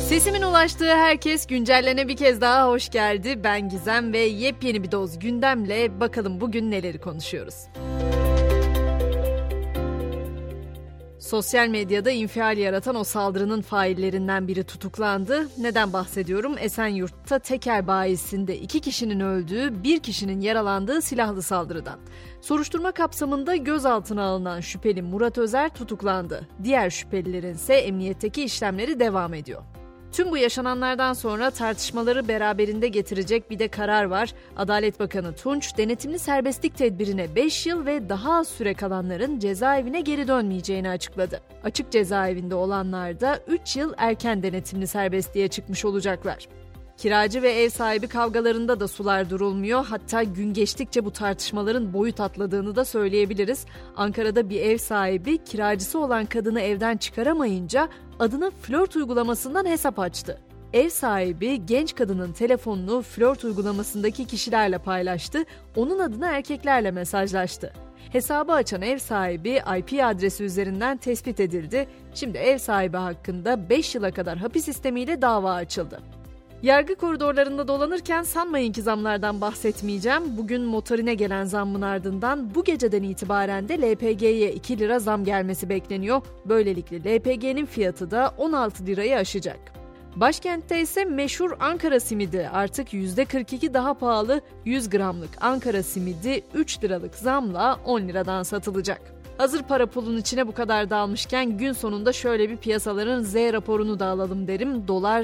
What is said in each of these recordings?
Sesimin ulaştığı herkes güncellene bir kez daha hoş geldi. Ben Gizem ve yepyeni bir doz gündemle bakalım bugün neleri konuşuyoruz. Sosyal medyada infial yaratan o saldırının faillerinden biri tutuklandı. Neden bahsediyorum? Esenyurt'ta tekel bayisinde 2 kişinin öldüğü, 1 kişinin yaralandığı silahlı saldırıdan. Soruşturma kapsamında gözaltına alınan şüpheli Murat Özer tutuklandı. Diğer şüphelilerin ise emniyetteki işlemleri devam ediyor. Tüm bu yaşananlardan sonra tartışmaları beraberinde getirecek bir de karar var. Adalet Bakanı Tunç, denetimli serbestlik tedbirine 5 yıl ve daha az süre kalanların cezaevine geri dönmeyeceğini açıkladı. Açık cezaevinde olanlar da 3 yıl erken denetimli serbestliğe çıkmış olacaklar. Kiracı ve ev sahibi kavgalarında da sular durulmuyor. Hatta gün geçtikçe bu tartışmaların boyut atladığını da söyleyebiliriz. Ankara'da bir ev sahibi kiracısı olan kadını evden çıkaramayınca adına flört uygulamasından hesap açtı. Ev sahibi genç kadının telefonunu flört uygulamasındaki kişilerle paylaştı. Onun adına erkeklerle mesajlaştı. Hesabı açan ev sahibi IP adresi üzerinden tespit edildi. Şimdi ev sahibi hakkında 5 yıla kadar hapis sistemiyle dava açıldı. Yargı koridorlarında dolanırken sanmayın ki zamlardan bahsetmeyeceğim. Bugün motorine gelen zammın ardından bu geceden itibaren de LPG'ye 2 lira zam gelmesi bekleniyor. Böylelikle LPG'nin fiyatı da 16 lirayı aşacak. Başkentte ise meşhur Ankara simidi artık %42 daha pahalı. 100 gramlık Ankara simidi 3 liralık zamla 10 liradan satılacak. Hazır para pulun içine bu kadar dalmışken gün sonunda şöyle bir piyasaların Z raporunu da alalım derim. Dolar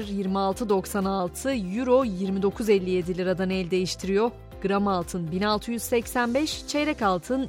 26.96, Euro 29.57 liradan el değiştiriyor. Gram altın 1685, çeyrek altın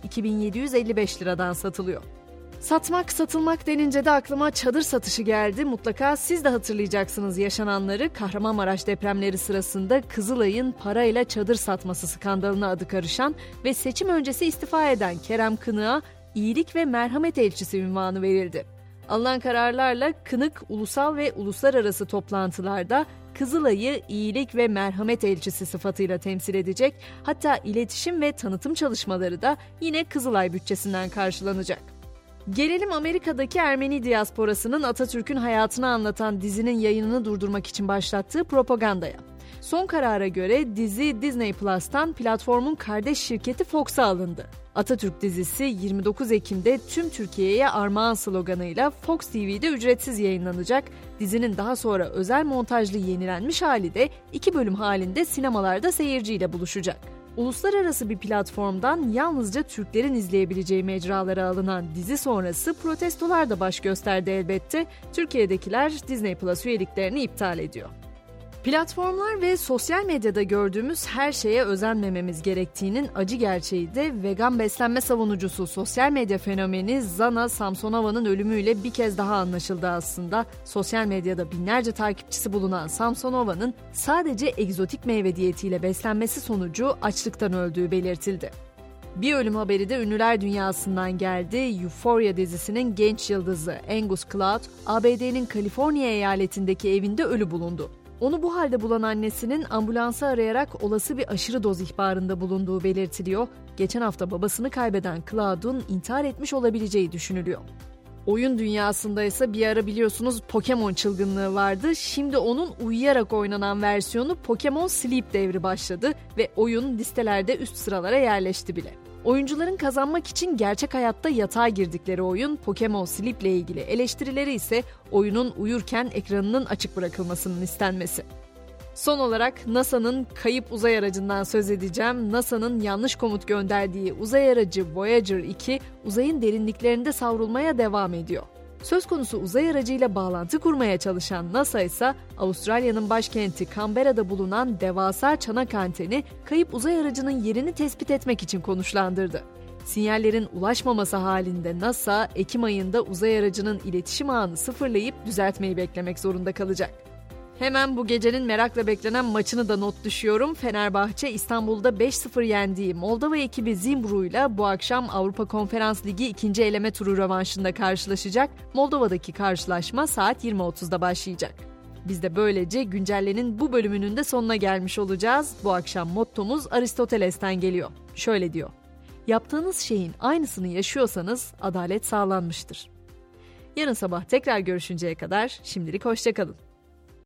2755 liradan satılıyor. Satmak, satılmak denince de aklıma çadır satışı geldi. Mutlaka siz de hatırlayacaksınız yaşananları. Kahramanmaraş depremleri sırasında Kızılay'ın parayla çadır satması skandalına adı karışan ve seçim öncesi istifa eden Kerem Kınık'a İyilik ve Merhamet Elçisi unvanı verildi. Alınan kararlarla Kınık ulusal ve uluslararası toplantılarda Kızılay'ı iyilik ve merhamet elçisi sıfatıyla temsil edecek, hatta iletişim ve tanıtım çalışmaları da yine Kızılay bütçesinden karşılanacak. Gelelim Amerika'daki Ermeni diasporasının Atatürk'ün hayatını anlatan dizinin yayınını durdurmak için başlattığı propagandaya. Son karara göre dizi Disney Plus'tan platformun kardeş şirketi Fox'a alındı. Atatürk dizisi 29 Ekim'de tüm Türkiye'ye armağan sloganıyla Fox TV'de ücretsiz yayınlanacak. Dizinin daha sonra özel montajlı yenilenmiş hali de 2 bölüm halinde sinemalarda seyirciyle buluşacak. Uluslararası bir platformdan yalnızca Türklerin izleyebileceği mecralara alınan dizi sonrası protestolar da baş gösterdi elbette. Türkiye'dekiler Disney Plus üyeliklerini iptal ediyor. Platformlar ve sosyal medyada gördüğümüz her şeye özenmememiz gerektiğinin acı gerçeği de vegan beslenme savunucusu sosyal medya fenomeni Zana Samsonova'nın ölümüyle bir kez daha anlaşıldı aslında. Sosyal medyada binlerce takipçisi bulunan Samsonova'nın sadece egzotik meyve diyetiyle beslenmesi sonucu açlıktan öldüğü belirtildi. Bir ölüm haberi de ünlüler dünyasından geldi. Euphoria dizisinin genç yıldızı Angus Cloud, ABD'nin Kaliforniya eyaletindeki evinde ölü bulundu. Onu bu halde bulan annesinin ambulansı arayarak olası bir aşırı doz ihbarında bulunduğu belirtiliyor. Geçen hafta babasını kaybeden Cloud'un intihar etmiş olabileceği düşünülüyor. Oyun dünyasında ise bir ara biliyorsunuz Pokemon çılgınlığı vardı. Şimdi onun uyuyarak oynanan versiyonu Pokemon Sleep devri başladı ve oyun listelerde üst sıralara yerleşti bile. Oyuncuların kazanmak için gerçek hayatta yatağa girdikleri oyun Pokemon Sleep ile ilgili eleştirileri ise oyunun uyurken ekranının açık bırakılmasının istenmesi. Son olarak NASA'nın kayıp uzay aracından söz edeceğim. NASA'nın yanlış komut gönderdiği uzay aracı Voyager 2 uzayın derinliklerinde savrulmaya devam ediyor. Söz konusu uzay aracıyla bağlantı kurmaya çalışan NASA ise Avustralya'nın başkenti Canberra'da bulunan devasa çanak anteni kayıp uzay aracının yerini tespit etmek için konuşlandırdı. Sinyallerin ulaşmaması halinde NASA, Ekim ayında uzay aracının iletişim ağını sıfırlayıp düzeltmeyi beklemek zorunda kalacak. Hemen bu gecenin merakla beklenen maçını da not düşüyorum. Fenerbahçe İstanbul'da 5-0 yendiği Moldova ekibi Zimbru'yla bu akşam Avrupa Konferans Ligi 2. eleme turu rövanşında karşılaşacak. Moldova'daki karşılaşma saat 20.30'da başlayacak. Biz de böylece Güncelle'nin bu bölümünün de sonuna gelmiş olacağız. Bu akşam mottomuz Aristoteles'ten geliyor. Şöyle diyor: yaptığınız şeyin aynısını yaşıyorsanız adalet sağlanmıştır. Yarın sabah tekrar görüşünceye kadar şimdilik hoşça kalın.